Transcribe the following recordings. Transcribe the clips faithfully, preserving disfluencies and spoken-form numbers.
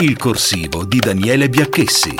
Il corsivo di Daniele Biacchessi.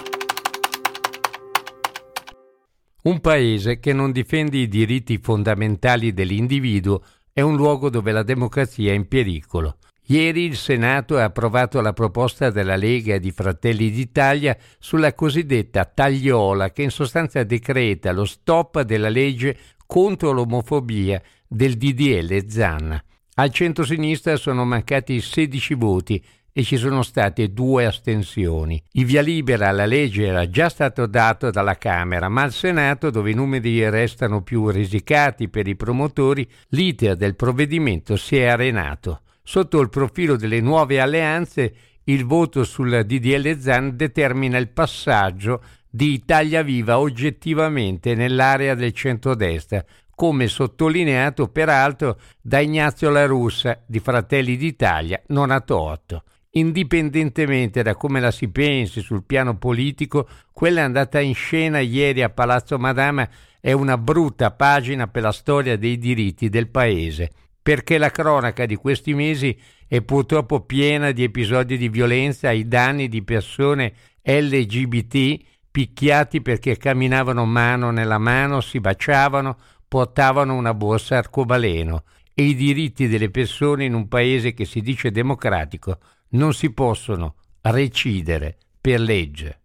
Un paese che non difende i diritti fondamentali dell'individuo è un luogo dove la democrazia è in pericolo. Ieri il Senato ha approvato la proposta della Lega e di Fratelli d'Italia sulla cosiddetta tagliola, che in sostanza decreta lo stop della legge contro l'omofobia del D D L Zan. Al centro-sinistra sono mancati sedici voti e ci sono state due astensioni. Il via libera alla legge era già stato dato dalla Camera, ma al Senato, dove i numeri restano più risicati per i promotori, l'iter del provvedimento si è arenato. Sotto il profilo delle nuove alleanze, il voto sul D D L Zan determina il passaggio di Italia Viva oggettivamente nell'area del centrodestra, come sottolineato peraltro da Ignazio La Russa di Fratelli d'Italia, non a torto. Indipendentemente da come la si pensi sul piano politico, quella andata in scena ieri a Palazzo Madama è una brutta pagina per la storia dei diritti del paese, perché la cronaca di questi mesi è purtroppo piena di episodi di violenza ai danni di persone L G B T picchiati perché camminavano mano nella mano, si baciavano, portavano una borsa arcobaleno, e i diritti delle persone in un paese che si dice democratico non si possono recidere per legge.